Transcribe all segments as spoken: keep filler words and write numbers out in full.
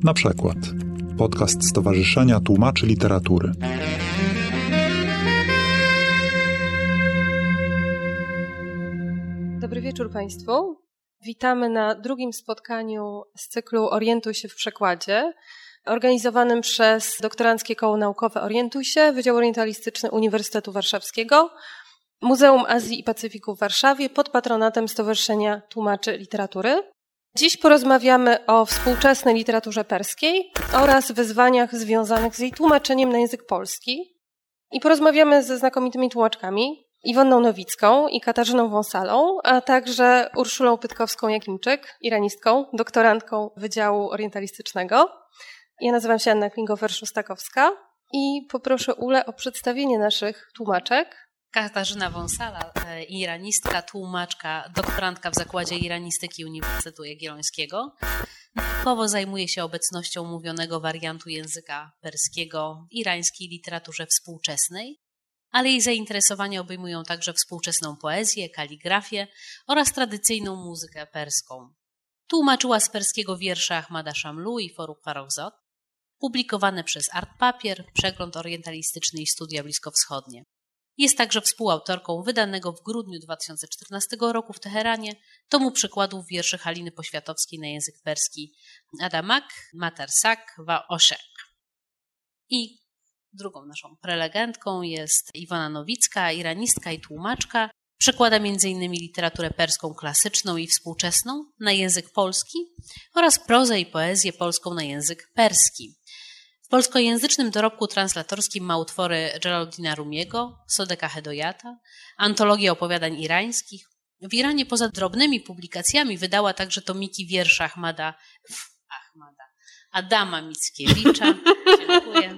Na przykład podcast Stowarzyszenia Tłumaczy Literatury. Dobry wieczór Państwu. Witamy na drugim spotkaniu z cyklu Orientuj się w przekładzie, organizowanym przez Doktoranckie Koło Naukowe Orientuj się, Wydział Orientalistyczny Uniwersytetu Warszawskiego, Muzeum Azji i Pacyfiku w Warszawie pod patronatem Stowarzyszenia Tłumaczy Literatury. Dziś porozmawiamy o współczesnej literaturze perskiej oraz wyzwaniach związanych z jej tłumaczeniem na język polski. I porozmawiamy ze znakomitymi tłumaczkami, Iwonną Nowicką i Katarzyną Wąsalą, a także Urszulą Pytkowską-Jakimczyk, iranistką, doktorantką Wydziału Orientalistycznego. Ja nazywam się Anna Klingower-Szostakowska i poproszę Ulę o przedstawienie naszych tłumaczek. Katarzyna Wąsala, iranistka, tłumaczka, doktorantka w Zakładzie Iranistyki Uniwersytetu Jagiellońskiego. Naukowo zajmuje się obecnością mówionego wariantu języka perskiego w irańskiej literaturze współczesnej, ale jej zainteresowania obejmują także współczesną poezję, kaligrafię oraz tradycyjną muzykę perską. Tłumaczyła z perskiego wiersze Ahmada Shamlu i Forugh Farrokhzad, publikowane przez Art Papier, Przegląd Orientalistyczny i Studia Bliskowschodnie. Jest także współautorką wydanego w grudniu dwa tysiące czternastego roku w Teheranie tomu przykładów wierszy Haliny Poświatowskiej na język perski Adamak, Matarsak, wa Oshek. I drugą naszą prelegentką jest Iwona Nowicka, iranistka i tłumaczka. Przekłada między innymi literaturę perską klasyczną i współczesną na język polski oraz prozę i poezję polską na język perski. W polskojęzycznym dorobku translatorskim ma utwory Jalaluddina Rumiego, Sodeka Hedojata, antologię opowiadań irańskich. W Iranie poza drobnymi publikacjami wydała także tomiki wierszy Ahmada, Ahmada, Adama Mickiewicza, dziękuję,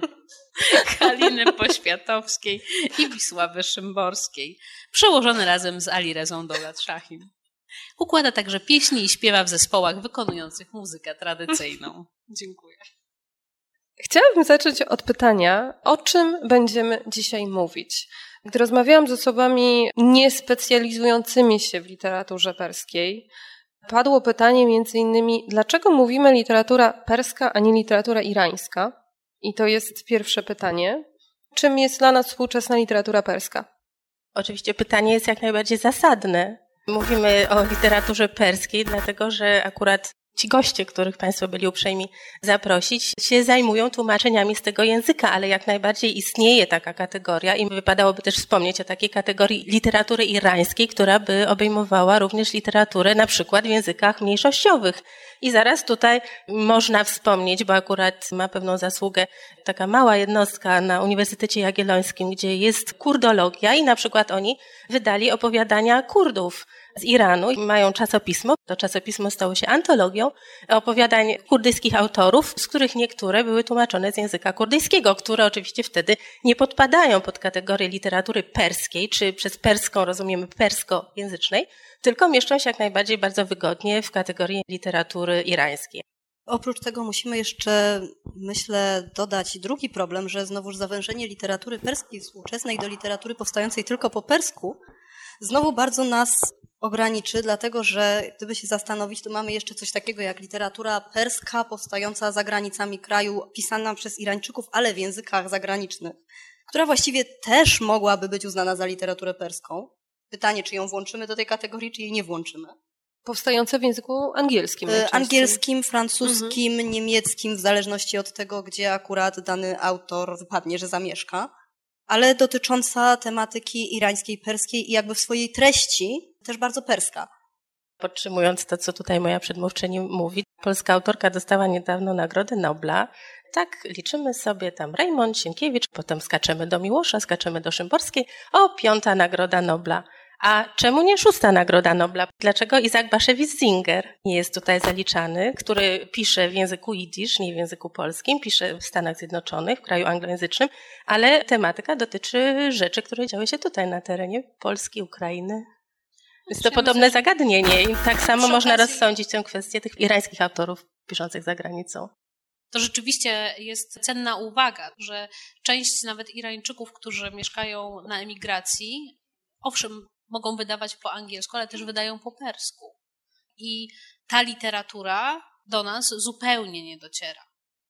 Haliny Poświatowskiej i Wisławy Szymborskiej, przełożone razem z Alirezą Dowlad-Szahim. Układa także pieśni i śpiewa w zespołach wykonujących muzykę tradycyjną. Dziękuję. Chciałabym zacząć od pytania, o czym będziemy dzisiaj mówić. Gdy rozmawiałam z osobami niespecjalizującymi się w literaturze perskiej, padło pytanie między innymi, dlaczego mówimy literatura perska, a nie literatura irańska? I to jest pierwsze pytanie. Czym jest dla nas współczesna literatura perska? Oczywiście pytanie jest jak najbardziej zasadne. Mówimy o literaturze perskiej, dlatego że akurat ci goście, których Państwo byli uprzejmi zaprosić, się zajmują tłumaczeniami z tego języka, ale jak najbardziej istnieje taka kategoria i wypadałoby też wspomnieć o takiej kategorii literatury irańskiej, która by obejmowała również literaturę na przykład w językach mniejszościowych. I zaraz tutaj można wspomnieć, bo akurat ma pewną zasługę taka mała jednostka na Uniwersytecie Jagiellońskim, gdzie jest kurdologia i na przykład oni wydali opowiadania Kurdów z Iranu i mają czasopismo. To czasopismo stało się antologią opowiadań kurdyjskich autorów, z których niektóre były tłumaczone z języka kurdyjskiego, które oczywiście wtedy nie podpadają pod kategorię literatury perskiej, czy przez perską rozumiemy perskojęzycznej, tylko mieszczą się jak najbardziej bardzo wygodnie w kategorii literatury irańskiej. Oprócz tego musimy jeszcze, myślę, dodać drugi problem, że znowuż zawężenie literatury perskiej współczesnej do literatury powstającej tylko po persku znowu bardzo nas ograniczy, dlatego że gdyby się zastanowić, to mamy jeszcze coś takiego jak literatura perska powstająca za granicami kraju, pisana przez Irańczyków, ale w językach zagranicznych, która właściwie też mogłaby być uznana za literaturę perską. Pytanie, czy ją włączymy do tej kategorii, czy jej nie włączymy. Powstające w języku angielskim. Angielskim, francuskim, mhm. niemieckim, w zależności od tego, gdzie akurat dany autor wypadnie, że zamieszka, ale dotycząca tematyki irańskiej, perskiej i jakby w swojej treści też bardzo perska. Podtrzymując to, co tutaj moja przedmówczyni mówi, polska autorka dostała niedawno Nagrodę Nobla. Tak, liczymy sobie tam Rejmont, Sienkiewicz, potem skaczemy do Miłosza, skaczemy do Szymborskiej. O, piąta Nagroda Nobla. A czemu nie szósta Nagroda Nobla? Dlaczego Isaac Bashevis Singer nie jest tutaj zaliczany, który pisze w języku jidysz, nie w języku polskim, pisze w Stanach Zjednoczonych, w kraju anglojęzycznym, ale tematyka dotyczy rzeczy, które działy się tutaj na terenie Polski, Ukrainy. Jest to podobne zagadnienie i tak samo można rozsądzić tę kwestię tych irańskich autorów piszących za granicą. To rzeczywiście jest cenna uwaga, że część nawet Irańczyków, którzy mieszkają na emigracji, owszem, mogą wydawać po angielsku, ale też wydają po persku. I ta literatura do nas zupełnie nie dociera.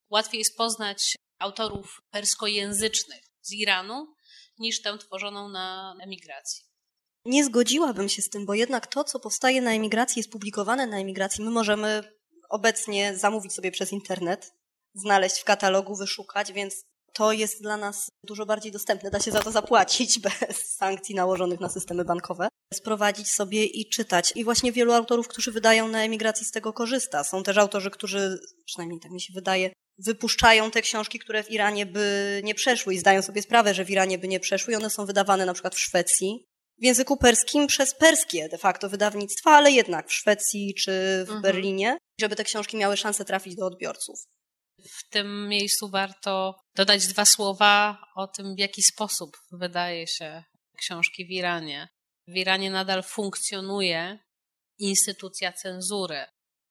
łatwiej jest poznać autorów perskojęzycznych z Iranu niż tę tworzoną na emigracji. Nie zgodziłabym się z tym, bo jednak to, co powstaje na emigracji, jest publikowane na emigracji. My możemy obecnie zamówić sobie przez internet, znaleźć w katalogu, wyszukać, więc to jest dla nas dużo bardziej dostępne. Da się za to zapłacić bez sankcji nałożonych na systemy bankowe, sprowadzić sobie i czytać. I właśnie wielu autorów, którzy wydają na emigracji, z tego korzysta. Są też autorzy, którzy, przynajmniej tak mi się wydaje, wypuszczają te książki, które w Iranie by nie przeszły i zdają sobie sprawę, że w Iranie by nie przeszły i one są wydawane na przykład w Szwecji, w języku perskim przez perskie de facto wydawnictwa, ale jednak w Szwecji czy w mhm. Berlinie, żeby te książki miały szansę trafić do odbiorców. W tym miejscu warto dodać dwa słowa o tym, w jaki sposób wydaje się książki w Iranie. W Iranie nadal funkcjonuje instytucja cenzury,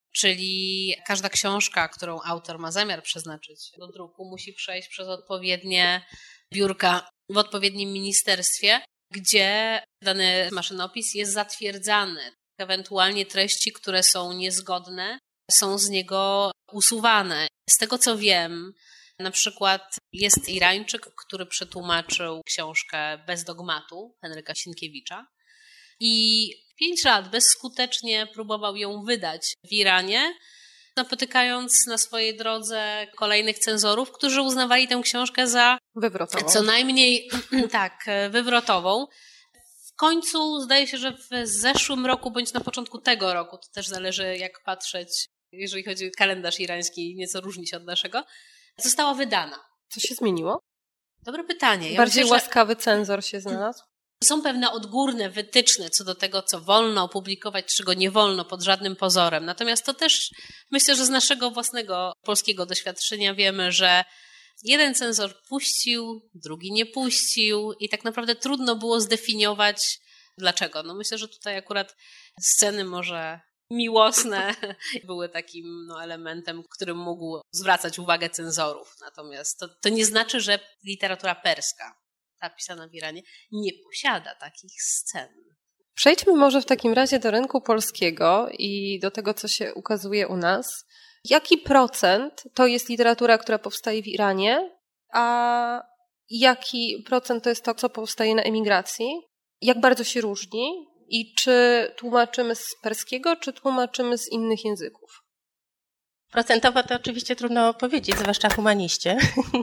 czyli każda książka, którą autor ma zamiar przeznaczyć do druku, musi przejść przez odpowiednie biurka w odpowiednim ministerstwie, gdzie dany maszynopis jest zatwierdzany. Ewentualnie treści, które są niezgodne, są z niego usuwane. Z tego co wiem, na przykład jest Irańczyk, który przetłumaczył książkę Bez dogmatu Henryka Sienkiewicza i pięć lat bezskutecznie próbował ją wydać w Iranie, napotykając na swojej drodze kolejnych cenzorów, którzy uznawali tę książkę za wywrotową. Co najmniej tak, wywrotową. W końcu zdaje się, że w zeszłym roku bądź na początku tego roku, to też zależy jak patrzeć, jeżeli chodzi o kalendarz irański, nieco różni się od naszego, została wydana. Co się zmieniło? Dobre pytanie. Ja Bardziej myślę, łaskawy cenzor się znalazł? Są pewne odgórne wytyczne co do tego, co wolno opublikować, czego nie wolno pod żadnym pozorem. Natomiast to też myślę, że z naszego własnego polskiego doświadczenia wiemy, że jeden cenzor puścił, drugi nie puścił i tak naprawdę trudno było zdefiniować dlaczego. No myślę, że tutaj akurat sceny może miłosne były takim no, elementem, którym mógł zwracać uwagę cenzorów. Natomiast to, to nie znaczy, że literatura perska, ta pisana w Iranie, nie posiada takich scen. Przejdźmy może w takim razie do rynku polskiego i do tego, co się ukazuje u nas. Jaki procent to jest literatura, która powstaje w Iranie, a jaki procent to jest to, co powstaje na emigracji? Jak bardzo się różni? I czy tłumaczymy z perskiego, czy tłumaczymy z innych języków? Procentowo to oczywiście trudno powiedzieć, zwłaszcza humaniście.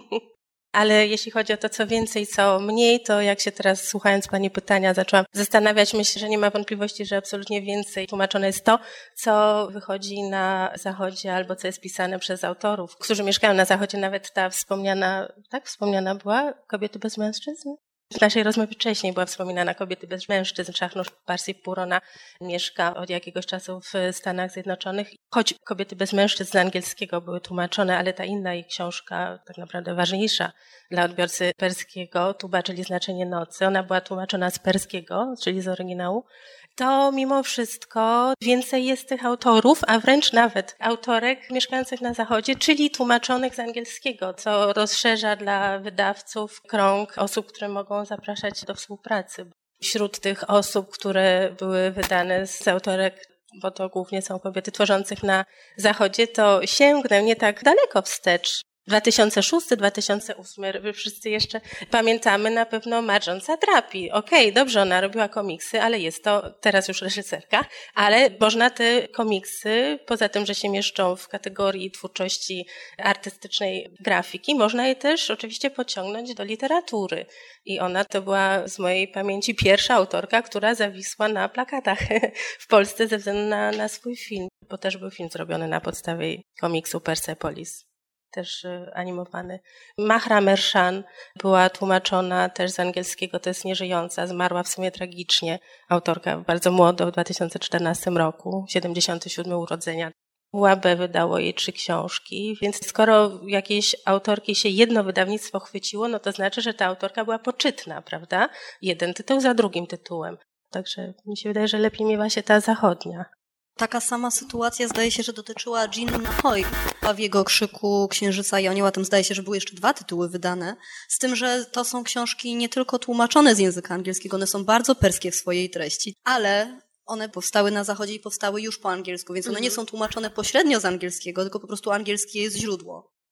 Ale jeśli chodzi o to, co więcej, co mniej, to jak się teraz słuchając Pani pytania zaczęłam zastanawiać, myślę, że nie ma wątpliwości, że absolutnie więcej tłumaczone jest to, co wychodzi na Zachodzie albo co jest pisane przez autorów, którzy mieszkają na Zachodzie. Nawet ta wspomniana, tak wspomniana była, Kobiety bez mężczyzn? W naszej rozmowie wcześniej była wspominana Kobiety bez mężczyzn. Shahnuz Parsi-Purona mieszka od jakiegoś czasu w Stanach Zjednoczonych. Choć Kobiety bez mężczyzn z angielskiego były tłumaczone, ale ta inna jej książka, tak naprawdę ważniejsza dla odbiorcy perskiego, Tuba, czyli Znaczenie nocy, ona była tłumaczona z perskiego, czyli z oryginału, to mimo wszystko więcej jest tych autorów, a wręcz nawet autorek mieszkających na Zachodzie, czyli tłumaczonych z angielskiego, co rozszerza dla wydawców krąg osób, które mogą zapraszać do współpracy. Wśród tych osób, które były wydane z autorek, bo to głównie są kobiety tworzących na Zachodzie, to sięgnę nie tak daleko wstecz. dwa tysiące szósty, dwa tysiące ósmy, wy wszyscy jeszcze pamiętamy na pewno Marjan Satrapi. Okej, okay, dobrze, ona robiła komiksy, ale jest to teraz już reżyserka, ale można te komiksy, poza tym, że się mieszczą w kategorii twórczości artystycznej grafiki, można je też oczywiście pociągnąć do literatury. I ona to była z mojej pamięci pierwsza autorka, która zawisła na plakatach w Polsce ze względu na, na swój film, bo też był film zrobiony na podstawie komiksu Persepolis. Też animowany. Mahra Mershan była tłumaczona też z angielskiego, to jest nieżyjąca, zmarła w sumie tragicznie. Autorka bardzo młoda, w dwa tysiące czternastym roku, siedemdziesiąte siódme urodzenia. U A B wydało jej trzy książki, więc skoro jakiejś autorki się jedno wydawnictwo chwyciło, no to znaczy, że ta autorka była poczytna, prawda? Jeden tytuł za drugim tytułem. Także mi się wydaje, że lepiej miewa się ta zachodnia. Taka sama sytuacja zdaje się, że dotyczyła Jean Nahoy, a w jego Krzyku Księżyca i Anioła tam zdaje się, że były jeszcze dwa tytuły wydane, z tym, że to są książki nie tylko tłumaczone z języka angielskiego, one są bardzo perskie w swojej treści, ale one powstały na Zachodzie i powstały już po angielsku, więc one nie są tłumaczone pośrednio z angielskiego, tylko po prostu angielskie jest źródło.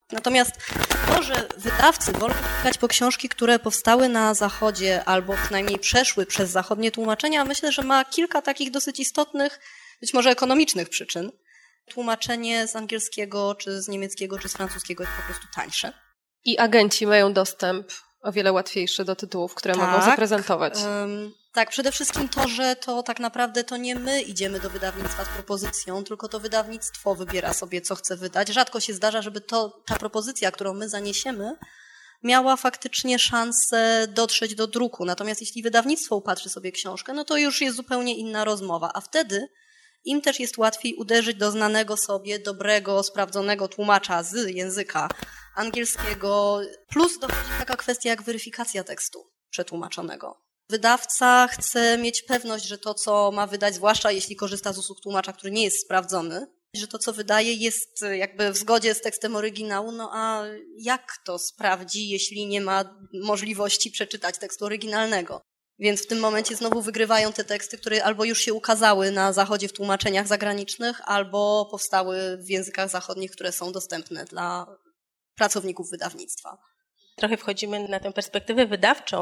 Natomiast to, że wydawcy wolą sięgać po książki, które powstały na Zachodzie albo przynajmniej przeszły przez zachodnie tłumaczenia, myślę, że ma kilka takich dosyć istotnych, być może ekonomicznych przyczyn. Tłumaczenie z angielskiego, czy z niemieckiego, czy z francuskiego jest po prostu tańsze. I agenci mają dostęp o wiele łatwiejszy do tytułów, które tak, mogą zaprezentować. Um, tak, przede wszystkim to, że to tak naprawdę to nie my idziemy do wydawnictwa z propozycją, tylko to wydawnictwo wybiera sobie, co chce wydać. Rzadko się zdarza, żeby to, ta propozycja, którą my zaniesiemy, miała faktycznie szansę dotrzeć do druku. Natomiast jeśli wydawnictwo upatrzy sobie książkę, no to już jest zupełnie inna rozmowa. A wtedy im też jest łatwiej uderzyć do znanego sobie, dobrego, sprawdzonego tłumacza z języka angielskiego. Plus dochodzi taka kwestia jak weryfikacja tekstu przetłumaczonego. Wydawca chce mieć pewność, że to, co ma wydać, zwłaszcza jeśli korzysta z usług tłumacza, który nie jest sprawdzony, że to, co wydaje, jest jakby w zgodzie z tekstem oryginału, no a jak to sprawdzi, jeśli nie ma możliwości przeczytać tekstu oryginalnego? Więc w tym momencie znowu wygrywają te teksty, które albo już się ukazały na Zachodzie w tłumaczeniach zagranicznych, albo powstały w językach zachodnich, które są dostępne dla pracowników wydawnictwa. Trochę wchodzimy na tę perspektywę wydawczą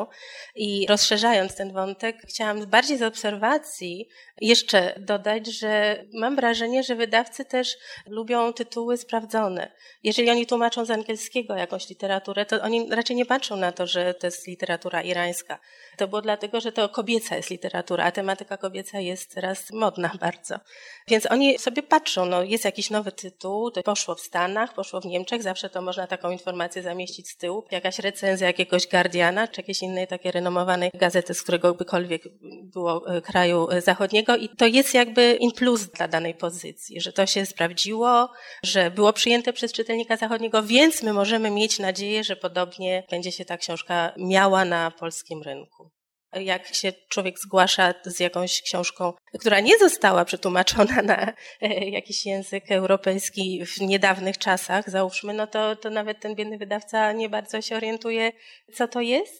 i rozszerzając ten wątek, chciałam bardziej z obserwacji jeszcze dodać, że mam wrażenie, że wydawcy też lubią tytuły sprawdzone. Jeżeli oni tłumaczą z angielskiego jakąś literaturę, to oni raczej nie patrzą na to, że to jest literatura irańska. To było dlatego, że to kobieca jest literatura, a tematyka kobieca jest teraz modna bardzo. Więc oni sobie patrzą, no jest jakiś nowy tytuł, to poszło w Stanach, poszło w Niemczech, zawsze to można taką informację zamieścić z tyłu, jakaś recenzja jakiegoś Guardiana, czy jakiejś innej takiej renomowanej gazety, z któregokolwiek było kraju zachodniego i to jest jakby in plus dla danej pozycji, że to się sprawdziło, że było przyjęte przez czytelnika zachodniego, więc my możemy mieć nadzieję, że podobnie będzie się ta książka miała na polskim rynku. Jak się człowiek zgłasza z jakąś książką, która nie została przetłumaczona na jakiś język europejski w niedawnych czasach, załóżmy, no to, to nawet ten biedny wydawca nie bardzo się orientuje, co to jest.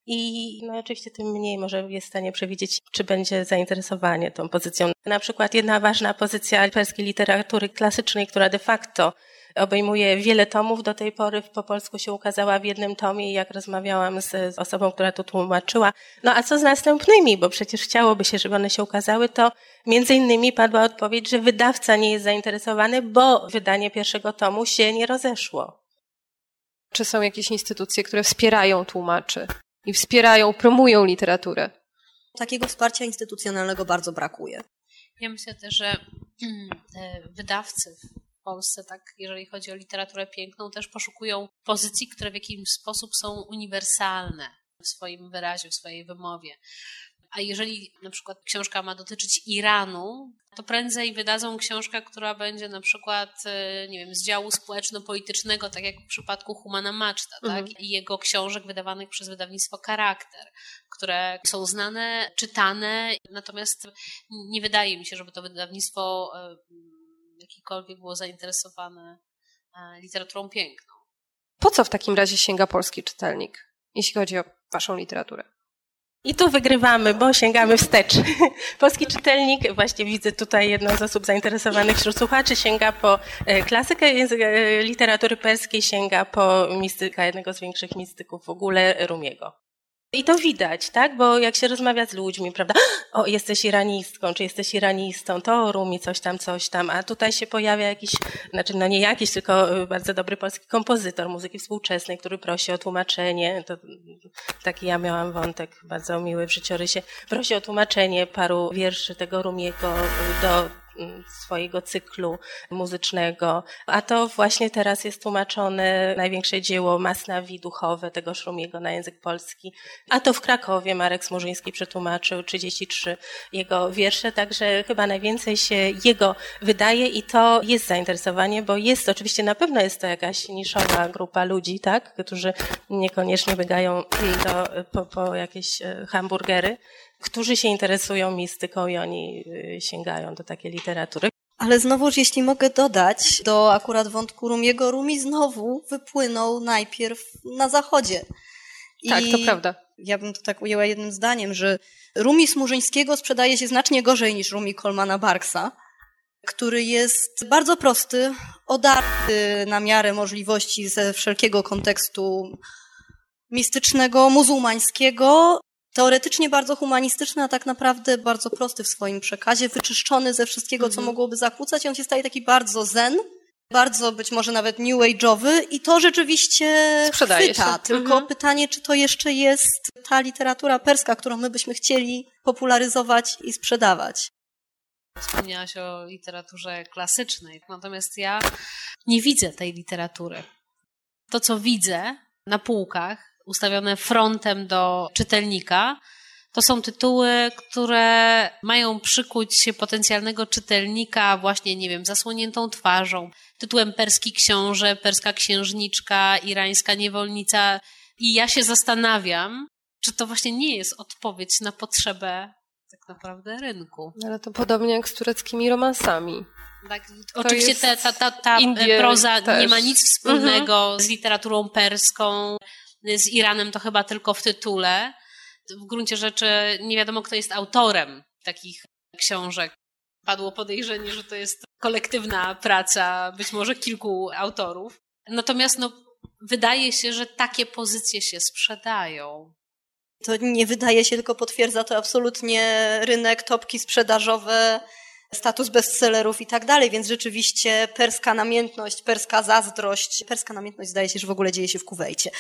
I no oczywiście tym mniej może jest w stanie przewidzieć, czy będzie zainteresowanie tą pozycją. Na przykład jedna ważna pozycja perskiej literatury klasycznej, która de facto obejmuje wiele tomów, do tej pory po polsku się ukazała w jednym tomie i jak rozmawiałam z, z osobą, która to tłumaczyła, no a co z następnymi, bo przecież chciałoby się, żeby one się ukazały, to między innymi padła odpowiedź, że wydawca nie jest zainteresowany, bo wydanie pierwszego tomu się nie rozeszło. Czy są jakieś instytucje, które wspierają tłumaczy i wspierają, promują literaturę? Takiego wsparcia instytucjonalnego bardzo brakuje. Ja myślę też, że te wydawcy w Polsce, tak, jeżeli chodzi o literaturę piękną, też poszukują pozycji, które w jakiś sposób są uniwersalne w swoim wyrazie, w swojej wymowie. A jeżeli na przykład książka ma dotyczyć Iranu, to prędzej wydadzą książkę, która będzie na przykład, nie wiem, z działu społeczno-politycznego, tak jak w przypadku Humana Maczta, mhm. tak? I jego książek wydawanych przez wydawnictwo Charakter, które są znane, czytane, natomiast nie wydaje mi się, żeby to wydawnictwo jakikolwiek było zainteresowane literaturą piękną. Po co w takim razie sięga polski czytelnik, jeśli chodzi o waszą literaturę? I tu wygrywamy, bo sięgamy wstecz. Polski czytelnik, właśnie widzę tutaj jedną z osób zainteresowanych wśród słuchaczy, sięga po klasykę języka, literatury perskiej, sięga po mistyka, jednego z większych mistyków w ogóle, Rumiego. I to widać, tak? Bo jak się rozmawia z ludźmi, prawda? O, jesteś iranistką, czy jesteś iranistą, to Rumi coś tam, coś tam, a tutaj się pojawia jakiś, znaczy no nie jakiś, tylko bardzo dobry polski kompozytor muzyki współczesnej, który prosi o tłumaczenie, to taki ja miałam wątek bardzo miły w życiorysie, prosi o tłumaczenie paru wierszy tego Rumiego do swojego cyklu muzycznego, a to właśnie teraz jest tłumaczone największe dzieło Masnawi duchowe tegoż Rumiego na język polski, a to w Krakowie Marek Smurzyński przetłumaczył trzydzieści trzy jego wiersze, także chyba najwięcej się jego wydaje i to jest zainteresowanie, bo jest oczywiście na pewno jest to jakaś niszowa grupa ludzi, tak, którzy niekoniecznie biegają do, po, po jakieś hamburgery, którzy się interesują mistyką i oni sięgają do takiej literatury. Ale znowuż, jeśli mogę dodać, do akurat wątku Rumiego, Rumi znowu wypłynął najpierw na Zachodzie. I tak, to prawda. Ja bym to tak ujęła jednym zdaniem, że Rumi Smurzyńskiego sprzedaje się znacznie gorzej niż Rumi Colmana Barksa. który jest bardzo prosty, odarty na miarę możliwości ze wszelkiego kontekstu mistycznego, muzułmańskiego, teoretycznie bardzo humanistyczny, a tak naprawdę bardzo prosty w swoim przekazie, wyczyszczony ze wszystkiego, co mogłoby zakłócać i on się staje taki bardzo zen, bardzo być może nawet new age'owy i to rzeczywiście sprzedaje chwyta. się. Tylko Mhm. pytanie, czy to jeszcze jest ta literatura perska, którą my byśmy chcieli popularyzować i sprzedawać. Wspomniałaś o literaturze klasycznej, natomiast ja nie widzę tej literatury. To, co widzę na półkach, ustawione frontem do czytelnika, to są tytuły, które mają przykuć potencjalnego czytelnika właśnie, nie wiem, zasłoniętą twarzą, tytułem Perski książę, Perska księżniczka, Irańska niewolnica. I ja się zastanawiam, czy to właśnie nie jest odpowiedź na potrzebę tak naprawdę rynku. Ale to podobnie jak z tureckimi romansami. Tak, oczywiście ta, ta, ta, ta Indie proza też. nie ma nic wspólnego z literaturą perską, z Iranem to chyba tylko w tytule. W gruncie rzeczy nie wiadomo, kto jest autorem takich książek. Padło podejrzenie, że to jest kolektywna praca być może kilku autorów. Natomiast no, wydaje się, że takie pozycje się sprzedają. To nie wydaje się, tylko potwierdza to absolutnie rynek, topki sprzedażowe, status bestsellerów i tak dalej, więc rzeczywiście perska namiętność, perska zazdrość, perska namiętność zdaje się, że w ogóle dzieje się w Kuwejcie.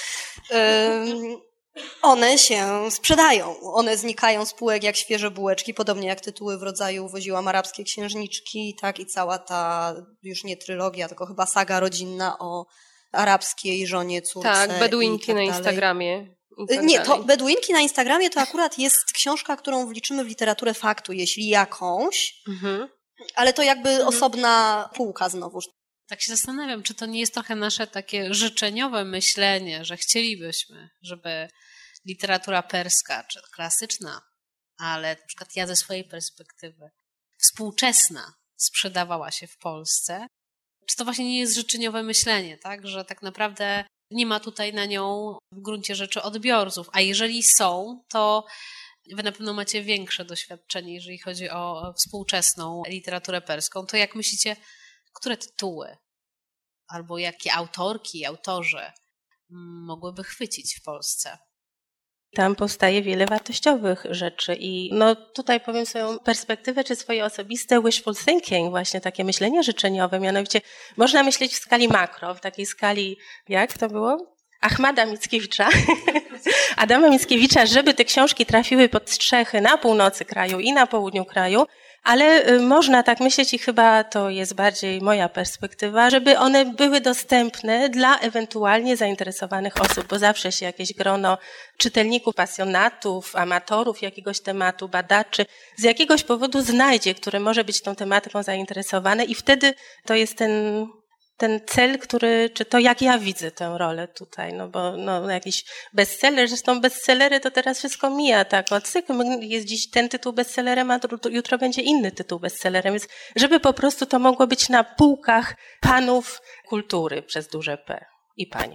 Um, one się sprzedają, one znikają z półek jak świeże bułeczki, podobnie jak tytuły w rodzaju Woziłam arabskie księżniczki, tak, i cała ta już nie trylogia, tylko chyba saga rodzinna o arabskiej żonie, córce. Tak, Beduinki tak na dalej. Instagramie. Tak nie, dalej. to Beduinki na Instagramie to akurat jest książka, którą wliczymy w literaturę faktu, jeśli jakąś, Mhm. ale to jakby Mhm. osobna półka znowuż. Tak się zastanawiam, czy to nie jest trochę nasze takie życzeniowe myślenie, że chcielibyśmy, żeby literatura perska, czy klasyczna, ale na przykład ja ze swojej perspektywy, współczesna, sprzedawała się w Polsce. Czy to właśnie nie jest życzeniowe myślenie, tak? Że tak naprawdę nie ma tutaj na nią w gruncie rzeczy odbiorców, a jeżeli są, to wy na pewno macie większe doświadczenie, jeżeli chodzi o współczesną literaturę perską. To jak myślicie, które tytuły albo jakie autorki, autorzy mogłyby chwycić w Polsce? Tam powstaje wiele wartościowych rzeczy i no tutaj powiem swoją perspektywę, czy swoje osobiste wishful thinking, właśnie takie myślenie życzeniowe, mianowicie można myśleć w skali makro, w takiej skali, jak to było? Ahmada Mickiewicza, Adama Mickiewicza, żeby te książki trafiły pod strzechy na północy kraju i na południu kraju, ale można tak myśleć i chyba to jest bardziej moja perspektywa, żeby one były dostępne dla ewentualnie zainteresowanych osób, bo zawsze się jakieś grono czytelników, pasjonatów, amatorów jakiegoś tematu, badaczy z jakiegoś powodu znajdzie, które może być tą tematyką zainteresowane i wtedy to jest ten... ten cel, który, czy to jak ja widzę tę rolę tutaj, no bo no, jakiś bestseller, zresztą bestsellery to teraz wszystko mija, tak, od cykl jest dziś ten tytuł bestsellerem, a jutro będzie inny tytuł bestsellerem, więc żeby po prostu to mogło być na półkach panów kultury przez duże P i pań.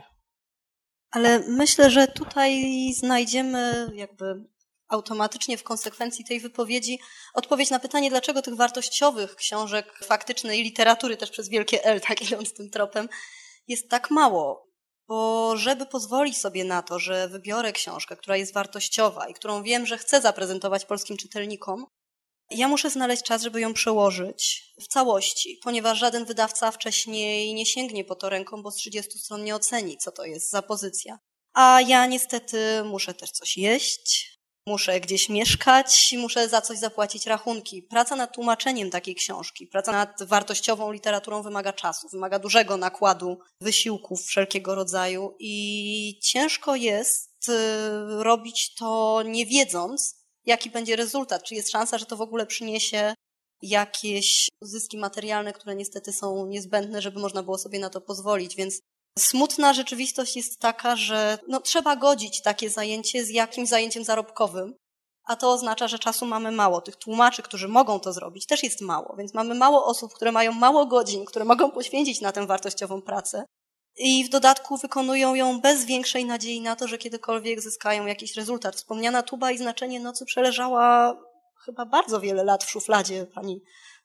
Ale myślę, że tutaj znajdziemy jakby automatycznie w konsekwencji tej wypowiedzi odpowiedź na pytanie, dlaczego tych wartościowych książek faktycznej literatury, też przez wielkie L, tak idąc tym tropem, jest tak mało. Bo żeby pozwolić sobie na to, że wybiorę książkę, która jest wartościowa i którą wiem, że chcę zaprezentować polskim czytelnikom, ja muszę znaleźć czas, żeby ją przełożyć w całości, ponieważ żaden wydawca wcześniej nie sięgnie po to ręką, bo z trzydziestu stron nie oceni, co to jest za pozycja. A ja niestety muszę też coś jeść, muszę gdzieś mieszkać i muszę za coś zapłacić rachunki. Praca nad tłumaczeniem takiej książki, praca nad wartościową literaturą wymaga czasu, wymaga dużego nakładu wysiłków wszelkiego rodzaju i ciężko jest robić to nie wiedząc, jaki będzie rezultat, czy jest szansa, że to w ogóle przyniesie jakieś zyski materialne, które niestety są niezbędne, żeby można było sobie na to pozwolić, więc smutna rzeczywistość jest taka, że no, trzeba godzić takie zajęcie z jakimś zajęciem zarobkowym, a to oznacza, że czasu mamy mało. Tych tłumaczy, którzy mogą to zrobić, też jest mało, więc mamy mało osób, które mają mało godzin, które mogą poświęcić na tę wartościową pracę i w dodatku wykonują ją bez większej nadziei na to, że kiedykolwiek zyskają jakiś rezultat. Wspomniana Tuba i Znaczenie nocy przeleżała chyba bardzo wiele lat w szufladzie pani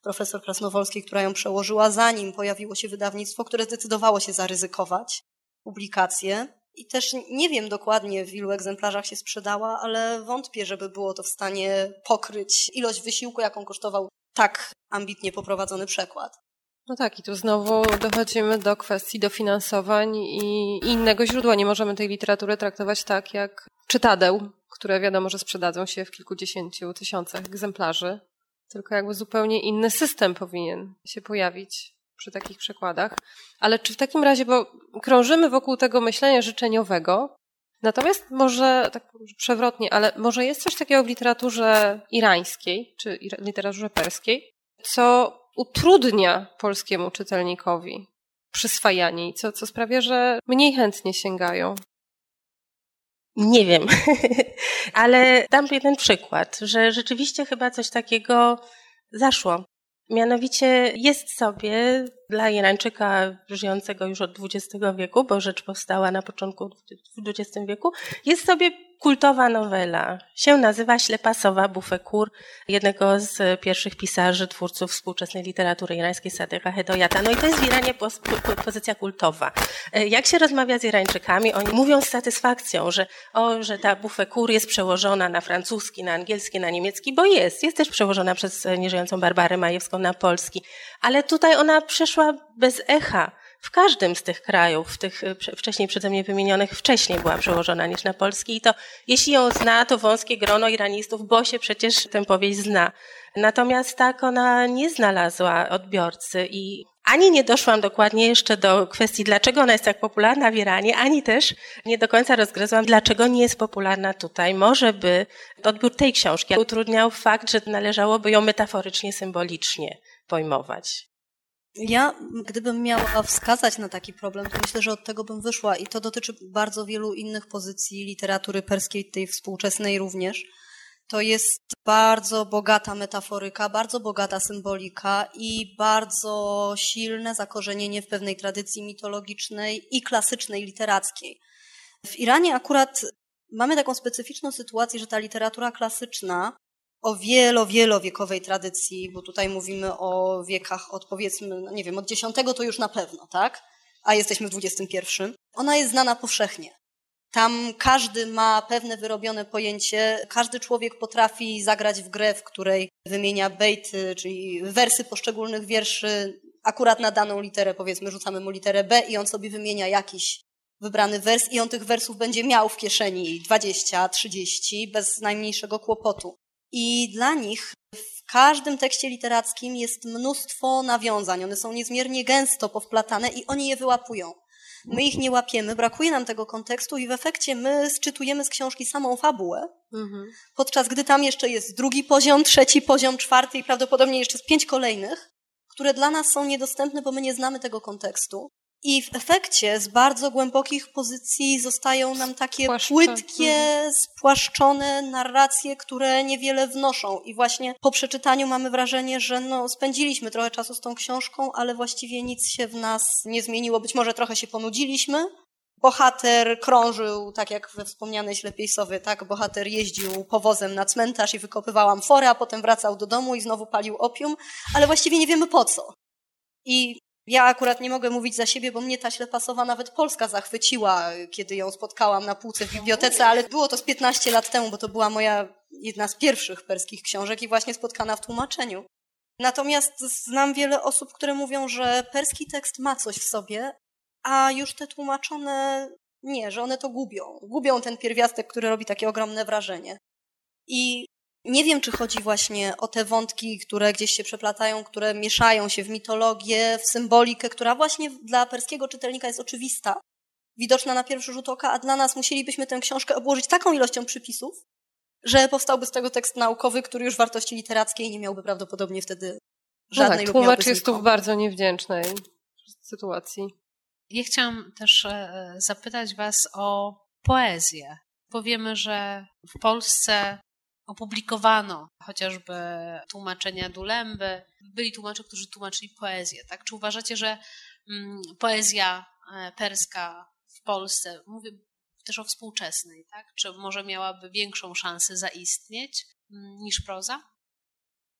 profesor Krasnowolskiej, która ją przełożyła, zanim pojawiło się wydawnictwo, które zdecydowało się zaryzykować publikację. I też nie wiem dokładnie, w ilu egzemplarzach się sprzedała, ale wątpię, żeby było to w stanie pokryć ilość wysiłku, jaką kosztował tak ambitnie poprowadzony przekład. No tak, i tu znowu dochodzimy do kwestii dofinansowań i innego źródła. Nie możemy tej literatury traktować tak jak czytadeł, które wiadomo, że sprzedadzą się w kilkudziesięciu tysiącach egzemplarzy, tylko jakby zupełnie inny system powinien się pojawić przy takich przekładach. Ale czy w takim razie, bo krążymy wokół tego myślenia życzeniowego, natomiast może, tak przewrotnie, ale może jest coś takiego w literaturze irańskiej, czy literaturze perskiej, co utrudnia polskiemu czytelnikowi przyswajanie i co, co sprawia, że mniej chętnie sięgają. Nie wiem, ale dam jeden przykład, że rzeczywiście chyba coś takiego zaszło. Mianowicie jest sobie dla Irańczyka żyjącego już od dwudziestego wieku, bo rzecz powstała na początku dwudziestego wieku, jest sobie kultowa nowela. Się nazywa Ślepa sowa Bufekur, jednego z pierwszych pisarzy, twórców współczesnej literatury irańskiej, Sadeqa Hedayata. No i to jest w Iranie po, po, pozycja kultowa. Jak się rozmawia z Irańczykami, oni mówią z satysfakcją, że, o, że ta Bufekur jest przełożona na francuski, na angielski, na niemiecki, bo jest. Jest też przełożona przez nieżyjącą Barbarę Majewską na polski. Ale tutaj ona przeszła bez echa. W każdym z tych krajów, w tych wcześniej przeze mnie wymienionych, wcześniej była przełożona niż na polski i to jeśli ją zna, to wąskie grono iranistów, bo się przecież tę powieść zna. Natomiast tak ona nie znalazła odbiorcy i ani nie doszłam dokładnie jeszcze do kwestii, dlaczego ona jest tak popularna w Iranie, ani też nie do końca rozgryzłam, dlaczego nie jest popularna tutaj. Może by odbiór tej książki utrudniał fakt, że należałoby ją metaforycznie, symbolicznie pojmować. Ja, gdybym miała wskazać na taki problem, to myślę, że od tego bym wyszła i to dotyczy bardzo wielu innych pozycji literatury perskiej, tej współczesnej również. To jest bardzo bogata metaforyka, bardzo bogata symbolika i bardzo silne zakorzenienie w pewnej tradycji mitologicznej i klasycznej literackiej. W Iranie akurat mamy taką specyficzną sytuację, że ta literatura klasyczna o wielo, wielowiekowej tradycji, bo tutaj mówimy o wiekach od powiedzmy, no nie wiem, od dziesiątego to już na pewno, tak? A jesteśmy w dwudziestym pierwszym. Ona jest znana powszechnie. Tam każdy ma pewne wyrobione pojęcie, każdy człowiek potrafi zagrać w grę, w której wymienia bejty, czyli wersy poszczególnych wierszy, akurat na daną literę, powiedzmy, rzucamy mu literę B i on sobie wymienia jakiś wybrany wers i on tych wersów będzie miał w kieszeni dwadzieścia, trzydzieści bez najmniejszego kłopotu. I dla nich w każdym tekście literackim jest mnóstwo nawiązań. One są niezmiernie gęsto powplatane i oni je wyłapują. My ich nie łapiemy, brakuje nam tego kontekstu i w efekcie my sczytujemy z książki samą fabułę, mhm. podczas gdy tam jeszcze jest drugi poziom, trzeci poziom, czwarty i prawdopodobnie jeszcze z pięć kolejnych, które dla nas są niedostępne, bo my nie znamy tego kontekstu. I w efekcie z bardzo głębokich pozycji zostają nam takie Płaszcze. płytkie, mhm. spłaszczone narracje, które niewiele wnoszą. I właśnie po przeczytaniu mamy wrażenie, że no, spędziliśmy trochę czasu z tą książką, ale właściwie nic się w nas nie zmieniło. Być może trochę się ponudziliśmy. Bohater krążył, tak jak we wspomnianej Ślepej sowie, tak? Bohater jeździł powozem na cmentarz i wykopywał amforę, a potem wracał do domu i znowu palił opium, ale właściwie nie wiemy po co. I ja akurat nie mogę mówić za siebie, bo mnie ta Ślepa sowa nawet polska zachwyciła, kiedy ją spotkałam na półce w bibliotece, ale było to z piętnaście lat temu, bo to była moja jedna z pierwszych perskich książek i właśnie spotkana w tłumaczeniu. Natomiast znam wiele osób, które mówią, że perski tekst ma coś w sobie, a już te tłumaczone nie, że one to gubią. Gubią ten pierwiastek, który robi takie ogromne wrażenie. I nie wiem, czy chodzi właśnie o te wątki, które gdzieś się przeplatają, które mieszają się w mitologię, w symbolikę, która właśnie dla perskiego czytelnika jest oczywista, widoczna na pierwszy rzut oka, a dla nas musielibyśmy tę książkę obłożyć taką ilością przypisów, że powstałby z tego tekst naukowy, który już wartości literackiej nie miałby prawdopodobnie wtedy żadnej no tak, lub tłumacz jest tu w bardzo niewdzięcznej sytuacji. Ja chciałam też zapytać was o poezję. Powiemy, że w Polsce opublikowano chociażby tłumaczenia Dulemby. Byli tłumacze, którzy tłumaczyli poezję. Tak? Czy uważacie, że mm, poezja perska w Polsce, mówię też o współczesnej, tak? Czy może miałaby większą szansę zaistnieć mm, niż proza?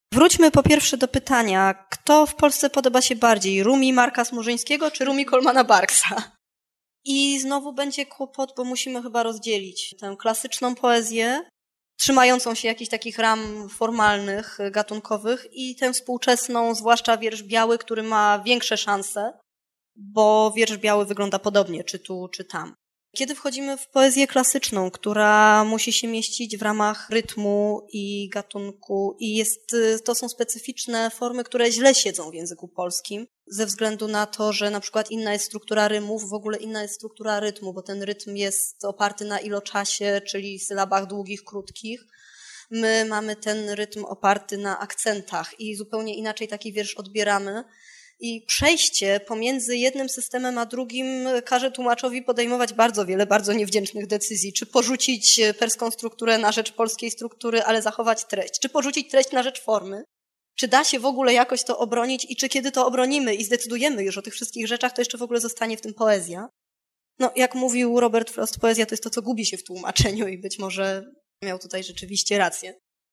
Wróćmy po pierwsze do pytania, kto w Polsce podoba się bardziej, Rumi Marka Smurzyńskiego czy Rumi Colmana Barksa? I znowu będzie kłopot, bo musimy chyba rozdzielić tę klasyczną poezję, trzymającą się jakichś takich ram formalnych, gatunkowych i tę współczesną, zwłaszcza wiersz biały, który ma większe szanse, bo wiersz biały wygląda podobnie, czy tu, czy tam. Kiedy wchodzimy w poezję klasyczną, która musi się mieścić w ramach rytmu i gatunku i jest, to są specyficzne formy, które źle siedzą w języku polskim, ze względu na to, że na przykład inna jest struktura rymów, w ogóle inna jest struktura rytmu, bo ten rytm jest oparty na iloczasie, czyli sylabach długich, krótkich. My mamy ten rytm oparty na akcentach i zupełnie inaczej taki wiersz odbieramy. I przejście pomiędzy jednym systemem a drugim każe tłumaczowi podejmować bardzo wiele bardzo niewdzięcznych decyzji. Czy porzucić perską strukturę na rzecz polskiej struktury, ale zachować treść? Czy porzucić treść na rzecz formy? Czy da się w ogóle jakoś to obronić i czy kiedy to obronimy i zdecydujemy już o tych wszystkich rzeczach, to jeszcze w ogóle zostanie w tym poezja? No, jak mówił Robert Frost, poezja to jest to, co gubi się w tłumaczeniu i być może miał tutaj rzeczywiście rację.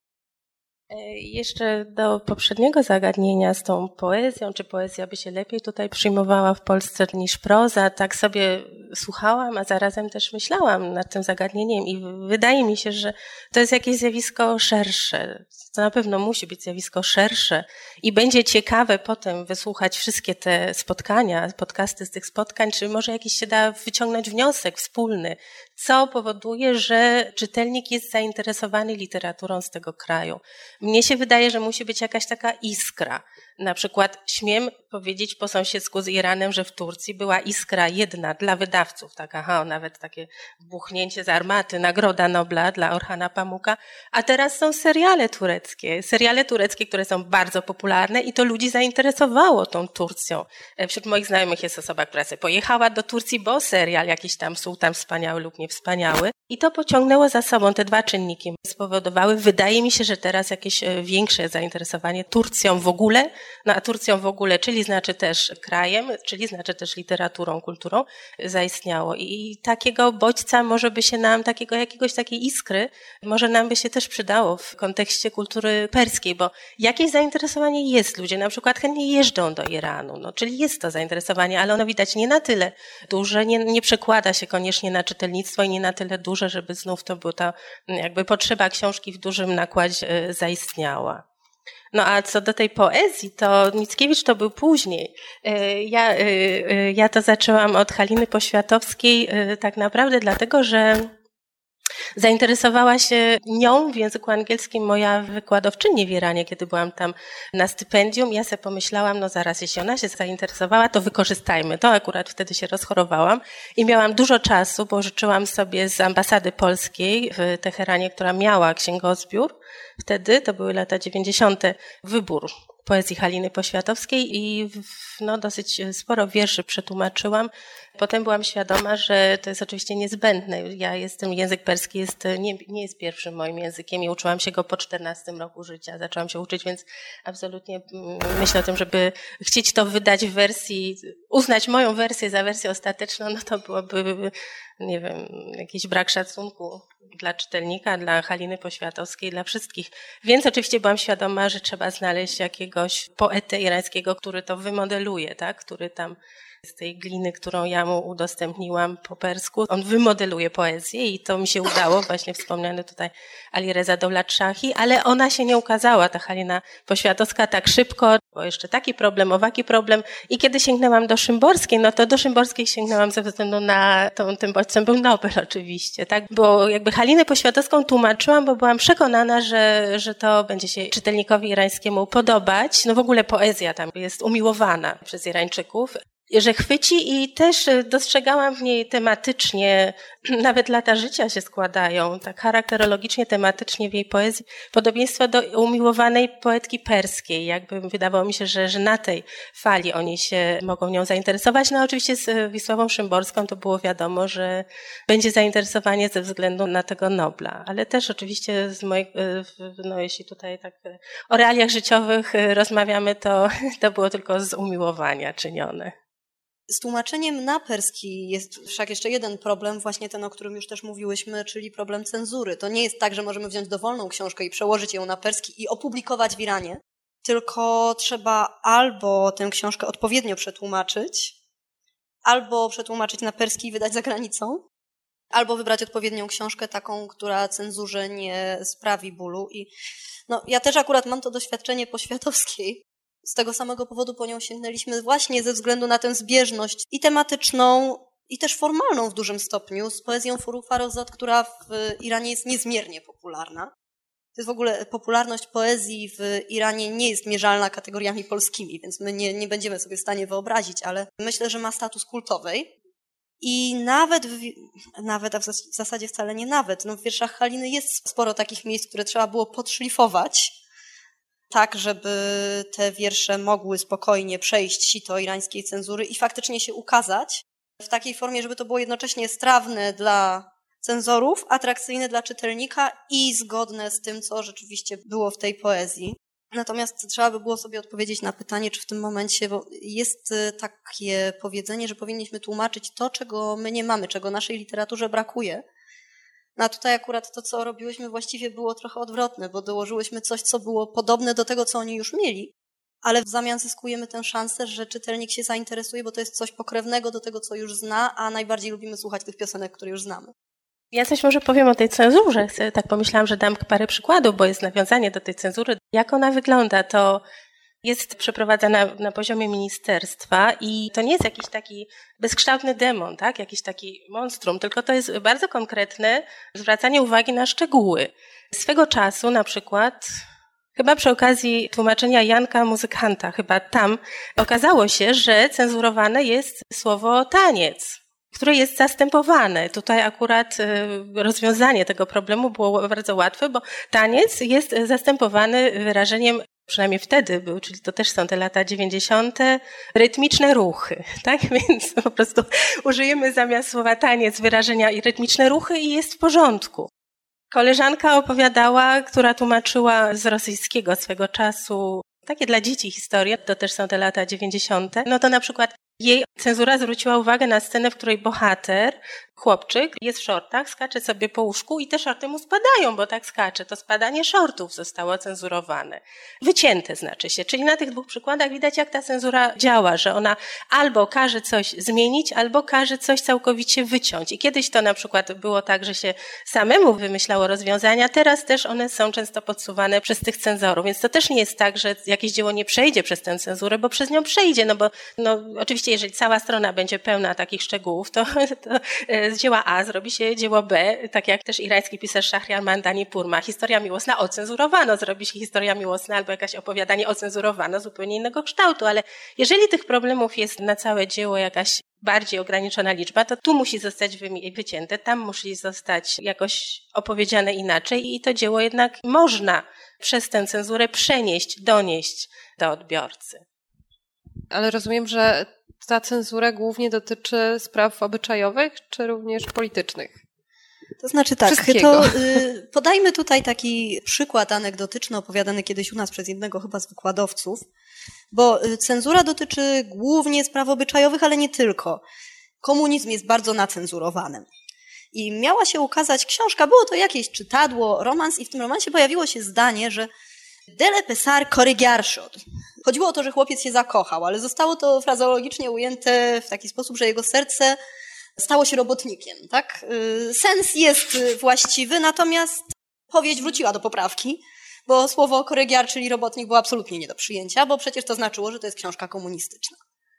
Jeszcze do poprzedniego zagadnienia z tą poezją, czy poezja by się lepiej tutaj przyjmowała w Polsce niż proza, tak sobie słuchałam, a zarazem też myślałam nad tym zagadnieniem i wydaje mi się, że to jest jakieś zjawisko szersze. To na pewno musi być zjawisko szersze i będzie ciekawe potem wysłuchać wszystkie te spotkania, podcasty z tych spotkań, czy może jakiś się da wyciągnąć wniosek wspólny, co powoduje, że czytelnik jest zainteresowany literaturą z tego kraju. Mnie się wydaje, że musi być jakaś taka iskra. Na przykład śmiem powiedzieć po sąsiedzku z Iranem, że w Turcji była iskra jedna dla wydawców, tak, aha, nawet takie buchnięcie z armaty, nagroda Nobla dla Orhana Pamuka, a teraz są seriale tureckie, seriale tureckie, które są bardzo popularne i to ludzi zainteresowało tą Turcją. Wśród moich znajomych jest osoba, która sobie pojechała do Turcji, bo serial jakiś tam Sułtan wspaniały lub niewspaniały i to pociągnęło za sobą, te dwa czynniki spowodowały, wydaje mi się, że teraz jakieś większe zainteresowanie Turcją w ogóle, no a Turcją w ogóle, czyli znaczy też krajem, czyli znaczy też literaturą, kulturą, zaistniało. I takiego bodźca może by się nam, takiego jakiegoś takiej iskry, może nam by się też przydało w kontekście kultury perskiej, bo jakieś zainteresowanie jest. Ludzie na przykład chętnie jeżdżą do Iranu, no, czyli jest to zainteresowanie, ale ono widać nie na tyle duże, nie, nie przekłada się koniecznie na czytelnictwo i nie na tyle duże, żeby znów to była ta jakby potrzeba książki w dużym nakładzie zaistniała. No a co do tej poezji, to Mickiewicz to był później. Ja, ja to zaczęłam od Haliny Poświatowskiej tak naprawdę dlatego, że zainteresowała się nią w języku angielskim moja wykładowczyni w Iranie, kiedy byłam tam na stypendium. Ja sobie pomyślałam, no zaraz, jeśli ona się zainteresowała, to wykorzystajmy to. Akurat wtedy się rozchorowałam i miałam dużo czasu, bo życzyłam sobie z ambasady polskiej w Teheranie, która miała księgozbiór. Wtedy, to były lata dziewięćdziesiąte, wybór poezji Haliny Poświatowskiej i no, dosyć sporo wierszy przetłumaczyłam. Potem byłam świadoma, że to jest oczywiście niezbędne. Ja jestem, język perski jest, nie, nie jest pierwszym moim językiem i uczyłam się go po czternastym roku życia. Zaczęłam się uczyć, więc absolutnie myślę o tym, żeby chcieć to wydać w wersji, uznać moją wersję za wersję ostateczną, no to byłoby, nie wiem, jakiś brak szacunku dla czytelnika, dla Haliny Poświatowskiej, dla wszystkich. Więc oczywiście byłam świadoma, że trzeba znaleźć jakiegoś poetę irańskiego, który to wymodeluje, tak? Który tam z tej gliny, którą ja mu udostępniłam po persku, on wymodeluje poezję i to mi się udało, właśnie wspomniany tutaj Alireza Dowlat-Shahi, ale ona się nie ukazała, ta Halina Poświatowska, tak szybko, bo jeszcze taki problem, owaki problem. I kiedy sięgnęłam do Szymborskiej, no to do Szymborskiej sięgnęłam ze względu na, to, tym bodźcem był Nobel oczywiście, tak? Bo jakby Halinę Poświatowską tłumaczyłam, bo byłam przekonana, że, że to będzie się czytelnikowi irańskiemu podobać. No w ogóle poezja tam jest umiłowana przez Irańczyków, że chwyci i też dostrzegałam w niej tematycznie, nawet lata życia się składają, tak charakterologicznie, tematycznie w jej poezji, podobieństwo do umiłowanej poetki perskiej. Jakby wydawało mi się, że, że na tej fali oni się mogą nią zainteresować. No oczywiście z Wisławą Szymborską to było wiadomo, że będzie zainteresowanie ze względu na tego Nobla. Ale też oczywiście z moich, no jeśli tutaj tak o realiach życiowych rozmawiamy, to, to było tylko z umiłowania czynione. Z tłumaczeniem na perski jest wszak jeszcze jeden problem, właśnie ten, o którym już też mówiłyśmy, czyli problem cenzury. To nie jest tak, że możemy wziąć dowolną książkę i przełożyć ją na perski i opublikować w Iranie, tylko trzeba albo tę książkę odpowiednio przetłumaczyć, albo przetłumaczyć na perski i wydać za granicą, albo wybrać odpowiednią książkę, taką, która cenzurze nie sprawi bólu. I no, ja też akurat mam to doświadczenie po Światowskiej. Z tego samego powodu po nią sięgnęliśmy właśnie ze względu na tę zbieżność i tematyczną, i też formalną w dużym stopniu z poezją Forough Farrokhzad, która w Iranie jest niezmiernie popularna. To jest w ogóle popularność poezji w Iranie nie jest mierzalna kategoriami polskimi, więc my nie, nie będziemy sobie w stanie wyobrazić, ale myślę, że ma status kultowej. I nawet, w, nawet, a w zasadzie wcale nie nawet, no w wierszach Haliny jest sporo takich miejsc, które trzeba było podszlifować, tak, żeby te wiersze mogły spokojnie przejść sito irańskiej cenzury i faktycznie się ukazać w takiej formie, żeby to było jednocześnie strawne dla cenzorów, atrakcyjne dla czytelnika i zgodne z tym, co rzeczywiście było w tej poezji. Natomiast trzeba by było sobie odpowiedzieć na pytanie, czy w tym momencie, bo jest takie powiedzenie, że powinniśmy tłumaczyć to, czego my nie mamy, czego naszej literaturze brakuje. No a tutaj akurat to, co robiłyśmy, właściwie było trochę odwrotne, bo dołożyłyśmy coś, co było podobne do tego, co oni już mieli, ale w zamian zyskujemy tę szansę, że czytelnik się zainteresuje, bo to jest coś pokrewnego do tego, co już zna, a najbardziej lubimy słuchać tych piosenek, które już znamy. Ja coś może powiem o tej cenzurze. Tak pomyślałam, że dam parę przykładów, bo jest nawiązanie do tej cenzury. Jak ona wygląda, to jest przeprowadzana na poziomie ministerstwa i to nie jest jakiś taki bezkształtny demon, tak? Jakiś taki monstrum, tylko to jest bardzo konkretne zwracanie uwagi na szczegóły. Swego czasu na przykład, chyba przy okazji tłumaczenia Janka Muzykanta, chyba tam okazało się, że cenzurowane jest słowo taniec, które jest zastępowane. Tutaj akurat rozwiązanie tego problemu było bardzo łatwe, bo taniec jest zastępowany wyrażeniem, przynajmniej wtedy był, czyli to też są te lata dziewięćdziesiąte, rytmiczne ruchy, tak? Więc po prostu użyjemy zamiast słowa taniec wyrażenia i rytmiczne ruchy i jest w porządku. Koleżanka opowiadała, która tłumaczyła z rosyjskiego swego czasu takie dla dzieci historie, to też są te lata dziewięćdziesiąte, no to na przykład jej cenzura zwróciła uwagę na scenę, w której bohater, chłopczyk, jest w shortach, skacze sobie po łóżku i te shorty mu spadają, bo tak skacze. To spadanie shortów zostało cenzurowane. Wycięte znaczy się. Czyli na tych dwóch przykładach widać, jak ta cenzura działa, że ona albo każe coś zmienić, albo każe coś całkowicie wyciąć. I kiedyś to na przykład było tak, że się samemu wymyślało rozwiązania, teraz też one są często podsuwane przez tych cenzorów. Więc to też nie jest tak, że jakieś dzieło nie przejdzie przez tę cenzurę, bo przez nią przejdzie, no bo no, oczywiście jeżeli cała strona będzie pełna takich szczegółów, to, to z dzieła A zrobi się dzieło B, tak jak też irański pisarz Shahriar Mandanipur ma historia miłosna ocenzurowano, zrobi się historia miłosna albo jakaś opowiadanie ocenzurowano zupełnie innego kształtu, ale jeżeli tych problemów jest na całe dzieło jakaś bardziej ograniczona liczba, to tu musi zostać wycięte, tam musi zostać jakoś opowiedziane inaczej i to dzieło jednak można przez tę cenzurę przenieść, donieść do odbiorcy. Ale rozumiem, że ta cenzura głównie dotyczy spraw obyczajowych, czy również politycznych? To znaczy tak, to y, podajmy tutaj taki przykład anegdotyczny opowiadany kiedyś u nas przez jednego chyba z wykładowców, bo y, cenzura dotyczy głównie spraw obyczajowych, ale nie tylko. Komunizm jest bardzo nacenzurowany. I miała się ukazać książka, było to jakieś czytadło, romans i w tym romansie pojawiło się zdanie, że Dele pesar corrigiar shod. Chodziło o to, że chłopiec się zakochał, ale zostało to frazeologicznie ujęte w taki sposób, że jego serce stało się robotnikiem, tak? Sens jest właściwy, natomiast powieść wróciła do poprawki, bo słowo corrigiar, czyli robotnik, było absolutnie nie do przyjęcia, bo przecież to znaczyło, że to jest książka komunistyczna.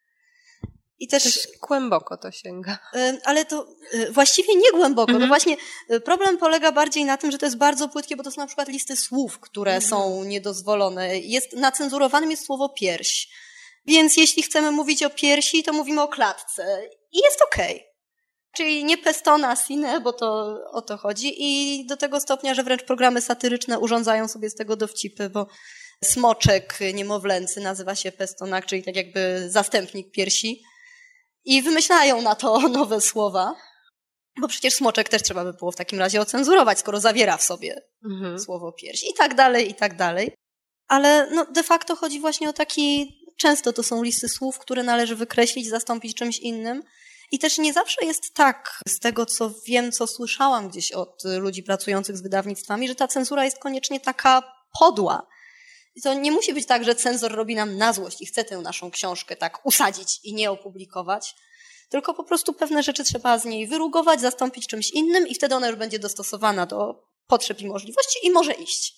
I też, też głęboko to sięga. Ale to właściwie nie głęboko. Mhm. To właśnie problem polega bardziej na tym, że to jest bardzo płytkie, bo to są na przykład listy słów, które mhm. są niedozwolone. Jest, nacenzurowanym jest słowo pierś. Więc jeśli chcemy mówić o piersi, to mówimy o klatce. I jest okej. Okay. Czyli nie pestona sine, bo to o to chodzi. I do tego stopnia, że wręcz programy satyryczne urządzają sobie z tego dowcipy, bo smoczek niemowlęcy nazywa się pestonak, czyli tak jakby zastępnik piersi. I wymyślają na to nowe słowa, bo przecież smoczek też trzeba by było w takim razie ocenzurować, skoro zawiera w sobie mhm. słowo pierś i tak dalej, i tak dalej. Ale no, de facto chodzi właśnie o taki Często to są listy słów, które należy wykreślić, zastąpić czymś innym. I też nie zawsze jest tak, z tego co wiem, co słyszałam gdzieś od ludzi pracujących z wydawnictwami, że ta cenzura jest koniecznie taka podła. I to nie musi być tak, że cenzor robi nam na złość i chce tę naszą książkę tak usadzić i nie opublikować, tylko po prostu pewne rzeczy trzeba z niej wyrugować, zastąpić czymś innym i wtedy ona już będzie dostosowana do potrzeb i możliwości i może iść.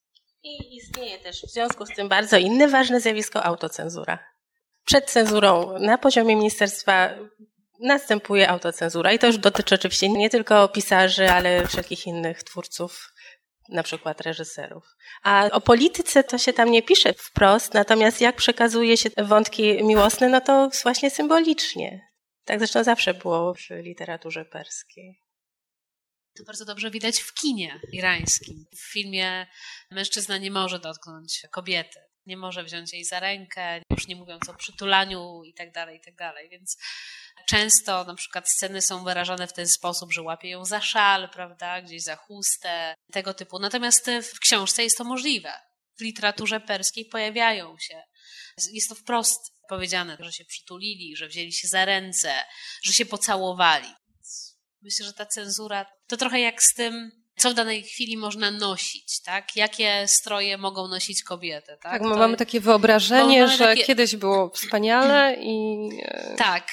I istnieje też w związku z tym bardzo inne ważne zjawisko autocenzura. Przed cenzurą na poziomie ministerstwa następuje autocenzura i to już dotyczy oczywiście nie tylko pisarzy, ale wszelkich innych twórców, na przykład reżyserów. A o polityce to się tam nie pisze wprost, natomiast jak przekazuje się wątki miłosne, no to właśnie symbolicznie. Tak zresztą zawsze było w literaturze perskiej. To bardzo dobrze widać w kinie irańskim. W filmie mężczyzna nie może dotknąć kobiety, nie może wziąć jej za rękę, już nie mówiąc o przytulaniu i tak dalej, i tak dalej. Więc często na przykład sceny są wyrażane w ten sposób, że łapie ją za szal, prawda, gdzieś za chustę, tego typu. Natomiast w książce jest to możliwe. W literaturze perskiej pojawiają się. Jest to wprost powiedziane, że się przytulili, że wzięli się za ręce, że się pocałowali. Myślę, że ta cenzura to trochę jak z tym, co w danej chwili można nosić, tak? Jakie stroje mogą nosić kobiety, tak? Tak, to mamy takie wyobrażenie, mamy że takie... kiedyś było wspaniale i... Tak,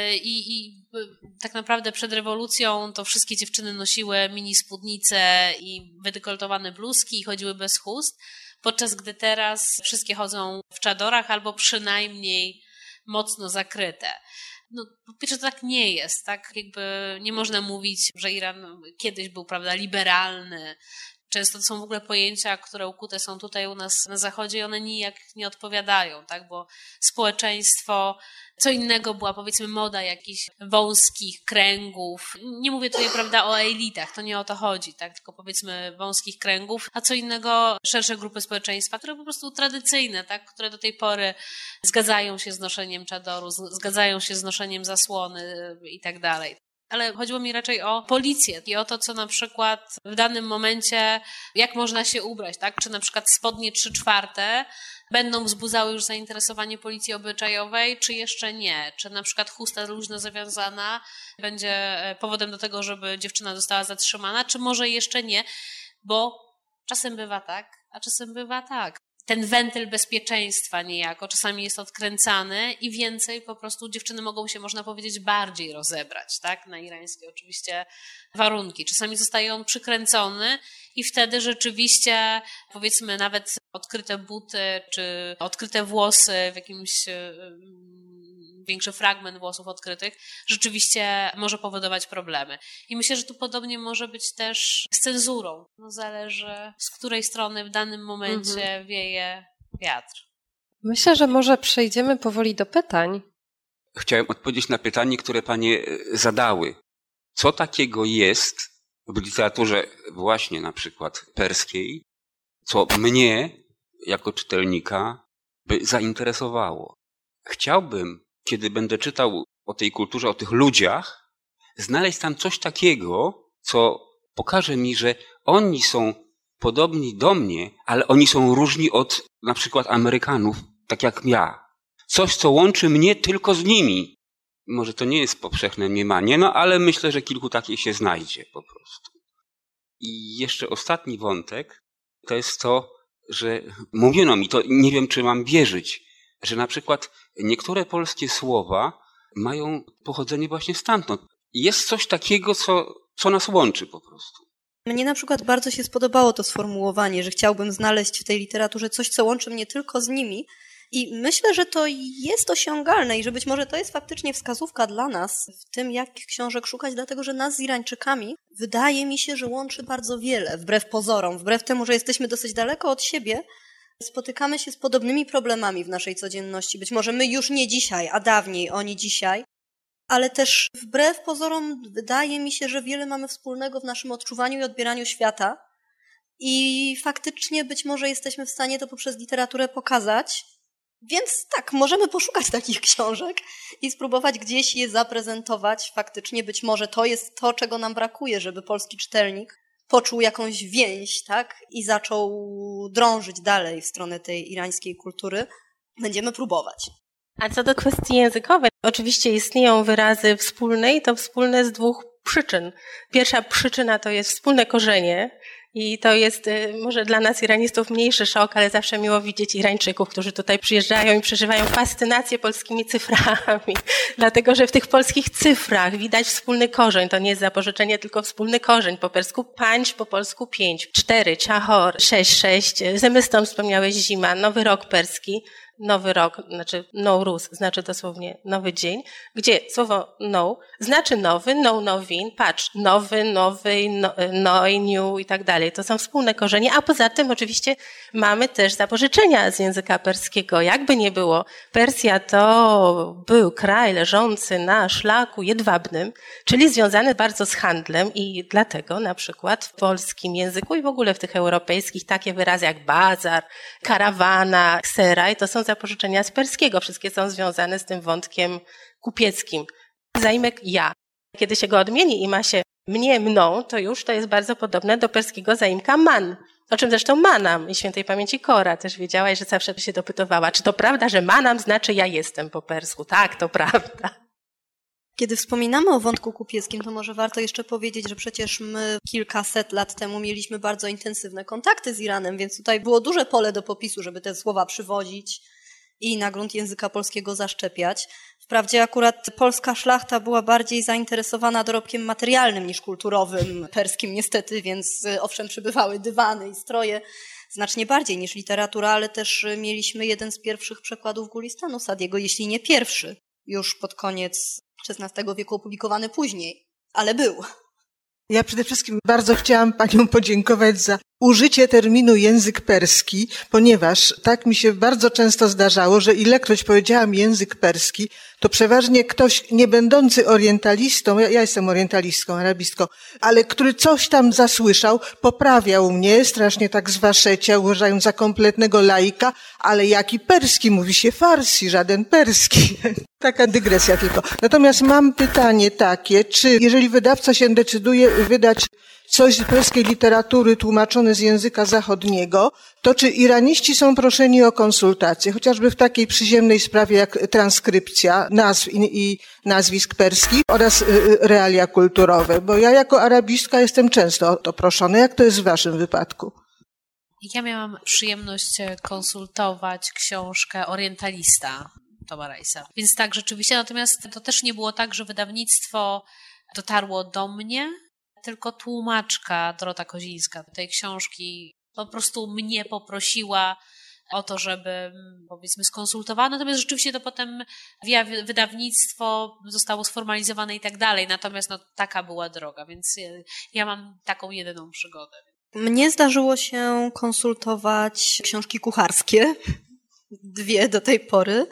i, i tak naprawdę przed rewolucją to wszystkie dziewczyny nosiły mini spódnice i wydekoltowane bluzki i chodziły bez chust, podczas gdy teraz wszystkie chodzą w czadorach albo przynajmniej mocno zakryte. No, po pierwsze to tak nie jest, tak jakby nie można mówić, że Iran kiedyś był, prawda, liberalny. Często to są w ogóle pojęcia, które ukute są tutaj u nas na Zachodzie i one nijak nie odpowiadają, tak, bo społeczeństwo, co innego była powiedzmy moda jakichś wąskich kręgów. Nie mówię tutaj, prawda, o elitach, to nie o to chodzi, tak, tylko powiedzmy wąskich kręgów, a co innego szersze grupy społeczeństwa, które po prostu tradycyjne, tak, które do tej pory zgadzają się z noszeniem czadoru, zgadzają się z noszeniem zasłony i tak dalej. Ale chodziło mi raczej o policję i o to, co na przykład w danym momencie, jak można się ubrać, tak? Czy na przykład spodnie trzy czwarte będą wzbudzały już zainteresowanie policji obyczajowej, czy jeszcze nie? Czy na przykład chusta luźno zawiązana będzie powodem do tego, żeby dziewczyna została zatrzymana, czy może jeszcze nie? Bo czasem bywa tak, a czasem bywa tak. Ten wentyl bezpieczeństwa niejako czasami jest odkręcany i więcej po prostu dziewczyny mogą się, można powiedzieć, bardziej rozebrać, tak? Na irańskie oczywiście warunki. Czasami zostaje on przykręcony i wtedy rzeczywiście, powiedzmy, nawet odkryte buty czy odkryte włosy w jakimś większy fragment włosów odkrytych rzeczywiście może powodować problemy. I myślę, że tu podobnie może być też z cenzurą. No zależy, z której strony w danym momencie mhm. wieje wiatr. Myślę, że może przejdziemy powoli do pytań. Chciałem odpowiedzieć na pytanie, które panie zadały. Co takiego jest w literaturze właśnie na przykład perskiej, co mnie jako czytelnika by zainteresowało? Chciałbym, kiedy będę czytał o tej kulturze, o tych ludziach, znaleźć tam coś takiego, co pokaże mi, że oni są podobni do mnie, ale oni są różni od na przykład Amerykanów, tak jak ja. Coś, co łączy mnie tylko z nimi. Może to nie jest powszechne mniemanie, no ale myślę, że kilku takich się znajdzie po prostu. I jeszcze ostatni wątek, to jest to, że mówiono mi, to nie wiem, czy mam wierzyć, że na przykład niektóre polskie słowa mają pochodzenie właśnie stamtąd. Jest coś takiego, co, co nas łączy po prostu. Mnie na przykład bardzo się spodobało to sformułowanie, że chciałbym znaleźć w tej literaturze coś, co łączy mnie tylko z nimi. I myślę, że to jest osiągalne i że być może to jest faktycznie wskazówka dla nas w tym, jakich książek szukać, dlatego że nas z Irańczykami wydaje mi się, że łączy bardzo wiele, wbrew pozorom, wbrew temu, że jesteśmy dosyć daleko od siebie, spotykamy się z podobnymi problemami w naszej codzienności. Być może my już nie dzisiaj, a dawniej, oni dzisiaj, ale też wbrew pozorom wydaje mi się, że wiele mamy wspólnego w naszym odczuwaniu i odbieraniu świata i faktycznie być może jesteśmy w stanie to poprzez literaturę pokazać. Więc tak, możemy poszukać takich książek i spróbować gdzieś je zaprezentować. Faktycznie być może to jest to, czego nam brakuje, żeby polski czytelnik poczuł jakąś więź, tak? I zaczął drążyć dalej w stronę tej irańskiej kultury. będziemy próbować. A co do kwestii językowej, oczywiście istnieją wyrazy wspólne i to wspólne z dwóch przyczyn. Pierwsza przyczyna to jest wspólne korzenie i to jest może dla nas iranistów mniejszy szok, ale zawsze miło widzieć Irańczyków, którzy tutaj przyjeżdżają i przeżywają fascynację polskimi cyframi, dlatego że w tych polskich cyfrach widać wspólny korzeń. To nie jest zapożyczenie, tylko wspólny korzeń. Po persku pańcz, po polsku pięć, cztery, czahor, sześć, sześć. Zemystom wspomniałeś zima, nowy rok perski. Nowy rok, znaczy Nowruz, znaczy dosłownie nowy dzień, gdzie słowo no znaczy nowy, no nowin, patrz, nowy, nowy, no, no new i tak dalej. To są wspólne korzenie, a poza tym oczywiście mamy też zapożyczenia z języka perskiego. Jakby nie było, Persja to był kraj leżący na szlaku jedwabnym, czyli związany bardzo z handlem i dlatego na przykład w polskim języku i w ogóle w tych europejskich takie wyrazy jak bazar, karawana, kseraj, to są zapożyczenia z perskiego. Wszystkie są związane z tym wątkiem kupieckim. Zaimek ja. Kiedy się go odmieni i ma się mnie, mną, to już to jest bardzo podobne do perskiego zaimka man. O czym zresztą manam i świętej pamięci Kora też wiedziałaś, że zawsze się dopytowała, czy to prawda, że manam znaczy ja jestem po persku. Tak, to prawda. Kiedy wspominamy o wątku kupieckim, to może warto jeszcze powiedzieć, że przecież my kilkaset lat temu mieliśmy bardzo intensywne kontakty z Iranem, więc tutaj było duże pole do popisu, żeby te słowa przywozić i na grunt języka polskiego zaszczepiać. Wprawdzie akurat polska szlachta była bardziej zainteresowana dorobkiem materialnym niż kulturowym, perskim niestety, więc owszem przybywały dywany i stroje znacznie bardziej niż literatura, ale też mieliśmy jeden z pierwszych przekładów Gulistanu Sadiego, jeśli nie pierwszy, już pod koniec szesnastego wieku, opublikowany później, ale był. Ja przede wszystkim bardzo chciałam Panią podziękować za użycie terminu język perski, ponieważ tak mi się bardzo często zdarzało, że ilekroć powiedziałam język perski, to przeważnie ktoś nie będący orientalistą, ja, ja jestem orientalistką, arabistką, ale który coś tam zasłyszał, poprawiał mnie, strasznie tak zwaszeciał, uważając za kompletnego laika, ale jaki perski? Mówi się farsi, żaden perski. Taka dygresja tylko. Natomiast mam pytanie takie, czy jeżeli wydawca się decyduje wydać coś z perskiej literatury tłumaczone z języka zachodniego, to czy iraniści są proszeni o konsultacje, chociażby w takiej przyziemnej sprawie jak transkrypcja nazw i, i nazwisk perskich oraz y, realia kulturowe? Bo ja jako arabistka jestem często o to proszona. Jak to jest w waszym wypadku? Ja miałam przyjemność konsultować książkę Orientalista Toma Rajsa. Więc tak, rzeczywiście, natomiast to też nie było tak, że wydawnictwo dotarło do mnie, tylko tłumaczka Dorota Kozińska tej książki po prostu mnie poprosiła o to, żeby, powiedzmy, skonsultowała. Natomiast rzeczywiście to potem via wydawnictwo zostało sformalizowane i tak dalej. Natomiast no, taka była droga, więc ja mam taką jedyną przygodę. Mnie zdarzyło się konsultować książki kucharskie, dwie do tej pory,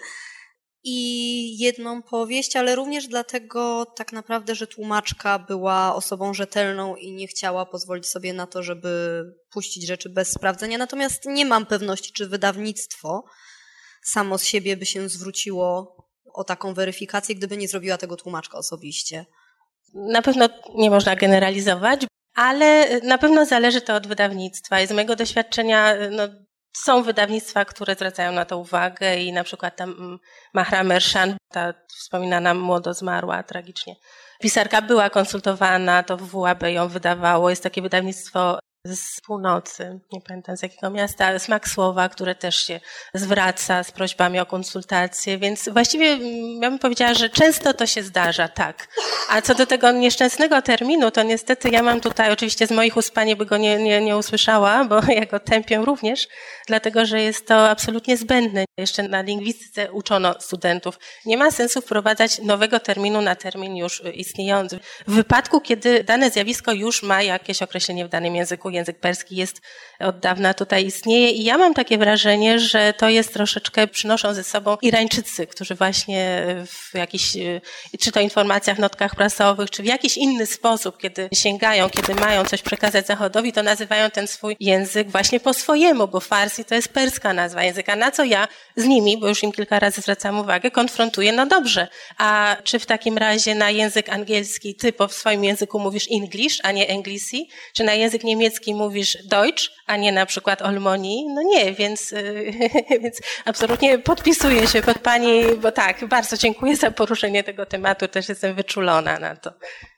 i jedną powieść, ale również dlatego tak naprawdę, że tłumaczka była osobą rzetelną i nie chciała pozwolić sobie na to, żeby puścić rzeczy bez sprawdzenia. Natomiast nie mam pewności, czy wydawnictwo samo z siebie by się zwróciło o taką weryfikację, gdyby nie zrobiła tego tłumaczka osobiście. Na pewno nie można generalizować, ale na pewno zależy to od wydawnictwa i z mojego doświadczenia no, są wydawnictwa, które zwracają na to uwagę i na przykład tam Mahra Mershan, ta wspominana młodo zmarła tragicznie, pisarka była konsultowana, to W W A B ją wydawało, jest takie wydawnictwo z północy, nie pamiętam z jakiego miasta, Smak Słowa, które też się zwraca z prośbami o konsultacje, więc właściwie ja bym powiedziała, że często to się zdarza, tak. A co do tego nieszczęsnego terminu, to niestety ja mam tutaj, oczywiście z moich ust pani by go nie, nie, nie usłyszała, bo ja go tępię również, dlatego że jest to absolutnie zbędne. Jeszcze na lingwistyce uczono studentów. Nie ma sensu wprowadzać nowego terminu na termin już istniejący. W wypadku, kiedy dane zjawisko już ma jakieś określenie w danym języku, język perski jest od dawna tutaj istnieje i ja mam takie wrażenie, że to jest troszeczkę, przynoszą ze sobą Irańczycy, którzy właśnie w jakichś, czy to informacjach, notkach prasowych, czy w jakiś inny sposób, kiedy sięgają, kiedy mają coś przekazać Zachodowi, to nazywają ten swój język właśnie po swojemu, bo farsi to jest perska nazwa języka, na co ja z nimi, bo już im kilka razy zwracam uwagę, konfrontuję, no dobrze, a czy w takim razie na język angielski ty po swoim języku mówisz English, a nie Anglisi, czy na język niemiecki niemiecki mówisz Deutsch, a nie na przykład Olmoni? No nie, więc, więc absolutnie podpisuję się pod pani, bo tak, bardzo dziękuję za poruszenie tego tematu, też jestem wyczulona na to.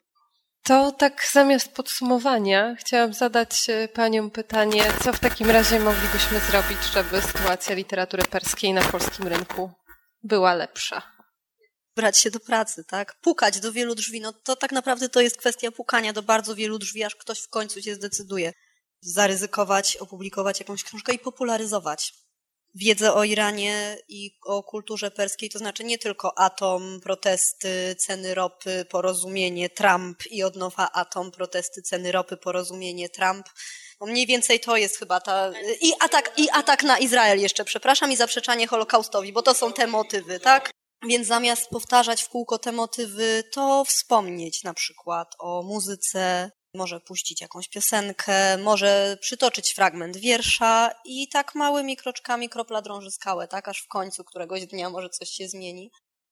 To tak zamiast podsumowania chciałam zadać paniom pytanie, co w takim razie moglibyśmy zrobić, żeby sytuacja literatury perskiej na polskim rynku była lepsza? Brać się do pracy, tak? Pukać do wielu drzwi. No to tak naprawdę to jest kwestia pukania do bardzo wielu drzwi, aż ktoś w końcu się zdecyduje zaryzykować, opublikować jakąś książkę i popularyzować wiedzę o Iranie i o kulturze perskiej, to znaczy nie tylko atom, protesty, ceny ropy, porozumienie, Trump i od nowa atom, protesty, ceny ropy, porozumienie, Trump. Bo mniej więcej to jest chyba ta... I atak, i atak na Izrael jeszcze, przepraszam, i zaprzeczanie Holokaustowi, bo to są te motywy, tak? Więc zamiast powtarzać w kółko te motywy, to wspomnieć na przykład o muzyce, może puścić jakąś piosenkę, może przytoczyć fragment wiersza i tak małymi kroczkami kropla drąży skałę, tak aż w końcu któregoś dnia może coś się zmieni.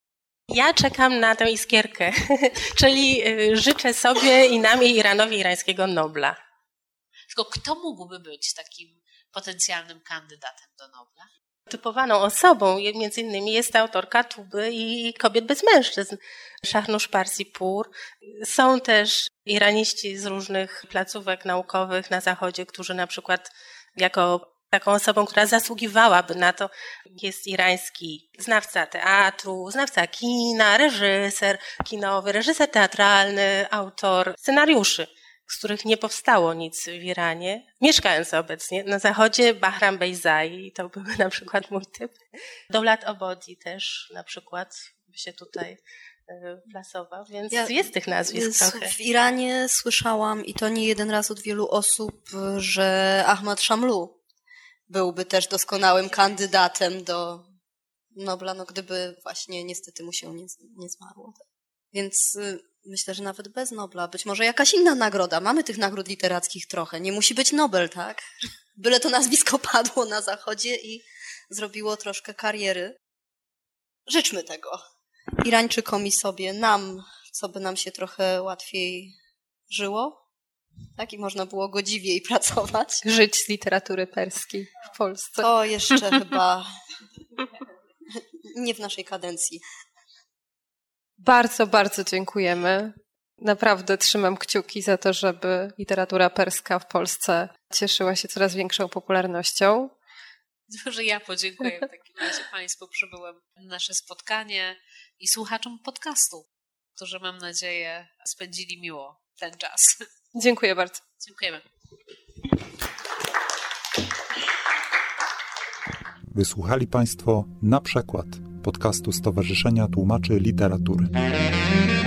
Ja czekam na tę iskierkę, czyli życzę sobie i nam i Iranowi irańskiego Nobla. Tylko kto mógłby być takim potencjalnym kandydatem do Nobla? Typowaną osobą między innymi jest autorka Tuby i Kobiet bez mężczyzn, Shahrnush Parsipur. Są też iraniści z różnych placówek naukowych na Zachodzie, którzy na przykład jako taką osobą, która zasługiwałaby na to, jest irański znawca teatru, znawca kina, reżyser kinowy, reżyser teatralny, autor scenariuszy, z których nie powstało nic w Iranie, mieszkając obecnie na Zachodzie, Bahram Bejzai, to byłby na przykład mój typ. Dowlat Obodi też na przykład by się tutaj plasował, więc ja jest tych nazwisk trochę. W Iranie słyszałam, i to nie jeden raz od wielu osób, że Ahmad Shamlu byłby też doskonałym kandydatem do Nobla, no gdyby właśnie niestety mu się nie, nie zmarło. Więc myślę, że nawet bez Nobla, być może jakaś inna nagroda. Mamy tych nagród literackich trochę. Nie musi być Nobel, tak? Byle to nazwisko padło na Zachodzie i zrobiło troszkę kariery. Życzmy tego Irańczykom i sobie, nam, co by nam się trochę łatwiej żyło, tak? I można było godziwiej pracować. Żyć z literatury perskiej w Polsce. To jeszcze chyba nie w naszej kadencji. Bardzo, bardzo dziękujemy. Naprawdę trzymam kciuki za to, żeby literatura perska w Polsce cieszyła się coraz większą popularnością. Może ja podziękuję w takim razie Państwu. Przybyłem na nasze spotkanie i słuchaczom podcastu, którzy mam nadzieję spędzili miło ten czas. Dziękuję bardzo. Dziękujemy. Wysłuchali Państwo Na Przekład podcastu Stowarzyszenia Tłumaczy Literatury.